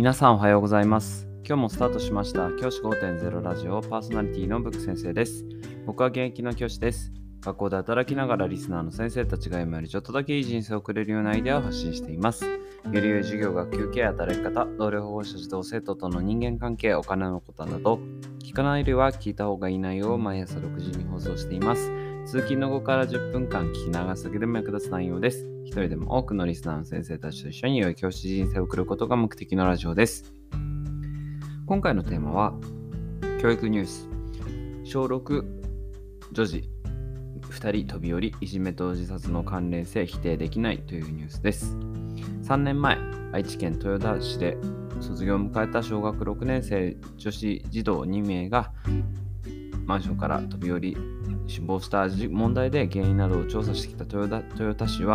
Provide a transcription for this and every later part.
皆さんおはようございます。今日もスタートしました教師 5.0 ラジオパーソナリティのブック先生です。僕は現役の教師です。学校で働きながらリスナーの先生たちが今よりちょっとだけいい人生を送れるようなアイデアを発信しています。より良い授業、学級経営、働き方、同僚保護者、児童生徒との人間関係、お金のことなど、聞かないよりは聞いた方がいい内容を毎朝6時に放送しています。通勤の後から10分間聞き流すだけでも役立つ内容です。一人でも多くのリスナーの先生たちと一緒に良い教師人生を送ることが目的のラジオです。今回のテーマは教育ニュース。小6女児2人飛び降り、いじめと自殺の関連性否定できないというニュースです。3年前、愛知県豊田市で卒業を迎えた小学6年生女子児童2名がマンションから飛び降り死亡した問題で原因などを調査してきた豊田市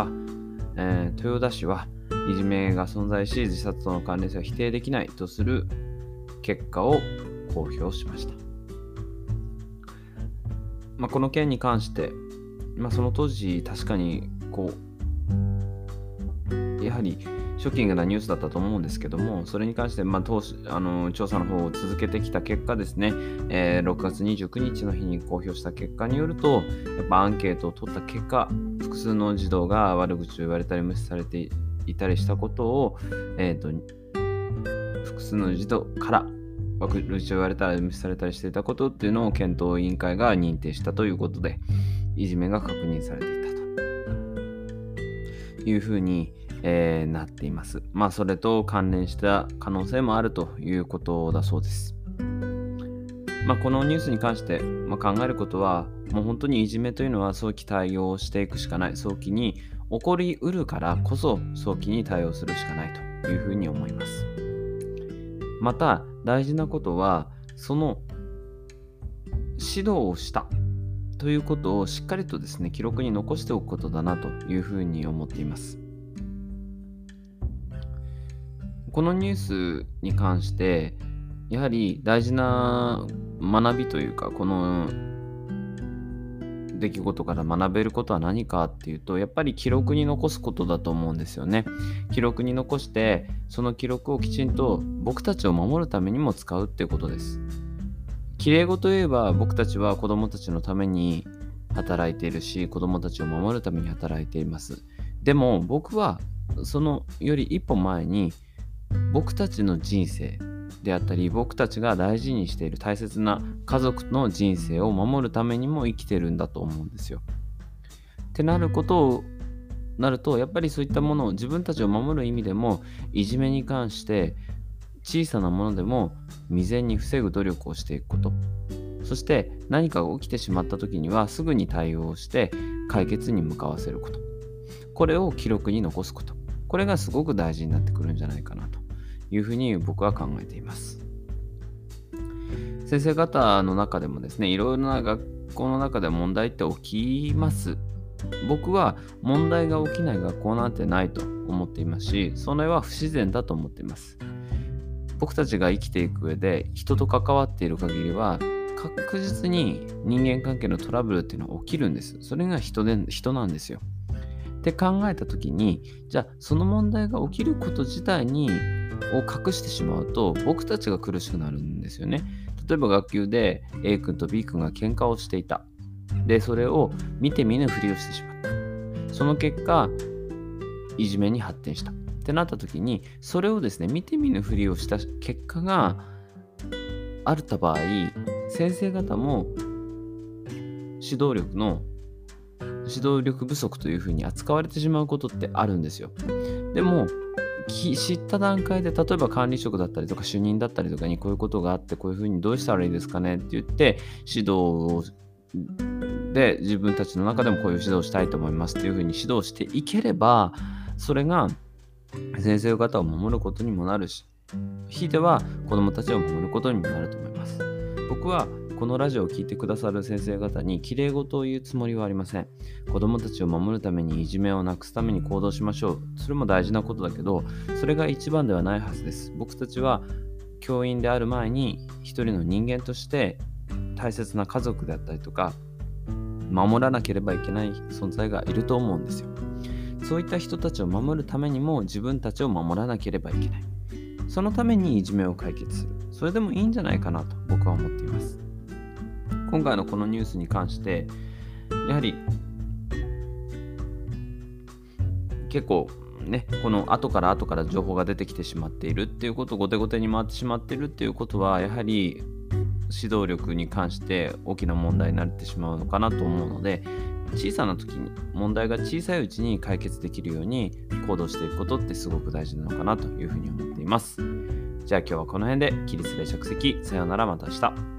はいじめが存在し自殺との関連性は否定できないとする結果を公表しました。この件に関して、その当時確かにやはりショッキングなニュースだったと思うんですけども、それに関して、調査の方を続けてきた結果ですね、6月29日の日に公表した結果によると、やっぱアンケートを取った結果、複数の児童が悪口を言われたり無視されていたりしたことを、複数の児童から悪口を言われたり無視されたりしていたことっていうのを検討委員会が認定したということで、いじめが確認されていたというふうになっています。それと関連した可能性もあるということだそうです。このニュースに関して、考えることは、もう本当にいじめというのは早期対応していくしかない。早期に起こりうるからこそ早期に対応するしかないというふうに思います。また大事なことは、その指導をしたということをしっかりとですね、記録に残しておくことだなというふうに思っています。このニュースに関してやはり大事な学びというか、この出来事から学べることは何かっていうと、やっぱり記録に残すことだと思うんですよね。記録に残して、その記録をきちんと僕たちを守るためにも使うっていうことです。きれいごと言えば、僕たちは子どもたちのために働いているし、子どもたちを守るために働いています。でも僕はそのより一歩前に、僕たちの人生であったり、僕たちが大事にしている大切な家族の人生を守るためにも生きてるんだと思うんですよ。ってなると、やっぱりそういったものを自分たちを守る意味でも、いじめに関して小さなものでも未然に防ぐ努力をしていくこと、そして何かが起きてしまった時にはすぐに対応して解決に向かわせること、これを記録に残すこと、これがすごく大事になってくるんじゃないかなというふうに僕は考えています。先生方の中でもですね、いろいろな学校の中で問題って起きます。僕は問題が起きない学校なんてないと思っていますし、それは不自然だと思っています。僕たちが生きていく上で人と関わっている限りは、確実に人間関係のトラブルっていうのは起きるんです。それが人なんですよ。って考えた時に、じゃあその問題が起きること自体を隠してしまうと、僕たちが苦しくなるんですよね。例えば学級で A 君と B 君が喧嘩をしていた。で、それを見て見ぬふりをしてしまった。その結果、いじめに発展したってなった時に、それをですね、見て見ぬふりをした結果があった場合、先生方も指導力不足というふうに扱われてしまうことってあるんですよ。でも知った段階で、例えば管理職だったりとか主任だったりとかにこういうことがあって、こういうふうにどうしたらいいですかねって言って指導で、自分たちの中でもこういう指導をしたいと思いますっていうふうに指導していければ、それが先生方を守ることにもなるし、ひいては子どもたちを守ることにもなると思います。僕はこのラジオを聞いてくださる先生方にきれいごとを言うつもりはありません。子どもたちを守るために、いじめをなくすために行動しましょう。それも大事なことだけど、それが一番ではないはずです。僕たちは教員である前に、一人の人間として大切な家族であったりとか、守らなければいけない存在がいると思うんですよ。そういった人たちを守るためにも自分たちを守らなければいけない。 そのためにいじめを解決する。それでもいいんじゃないかなと僕は思っています。今回のこのニュースに関して、やはり結構ね、この後から情報が出てきてしまっているっていうこと、後手後手に回ってしまっているっていうことは、やはり指導力に関して大きな問題になってしまうのかなと思うので、小さな時に、問題が小さいうちに解決できるように行動していくことってすごく大事なのかなというふうに思っています。じゃあ今日はこの辺で。起立で着席。さようなら、また明日。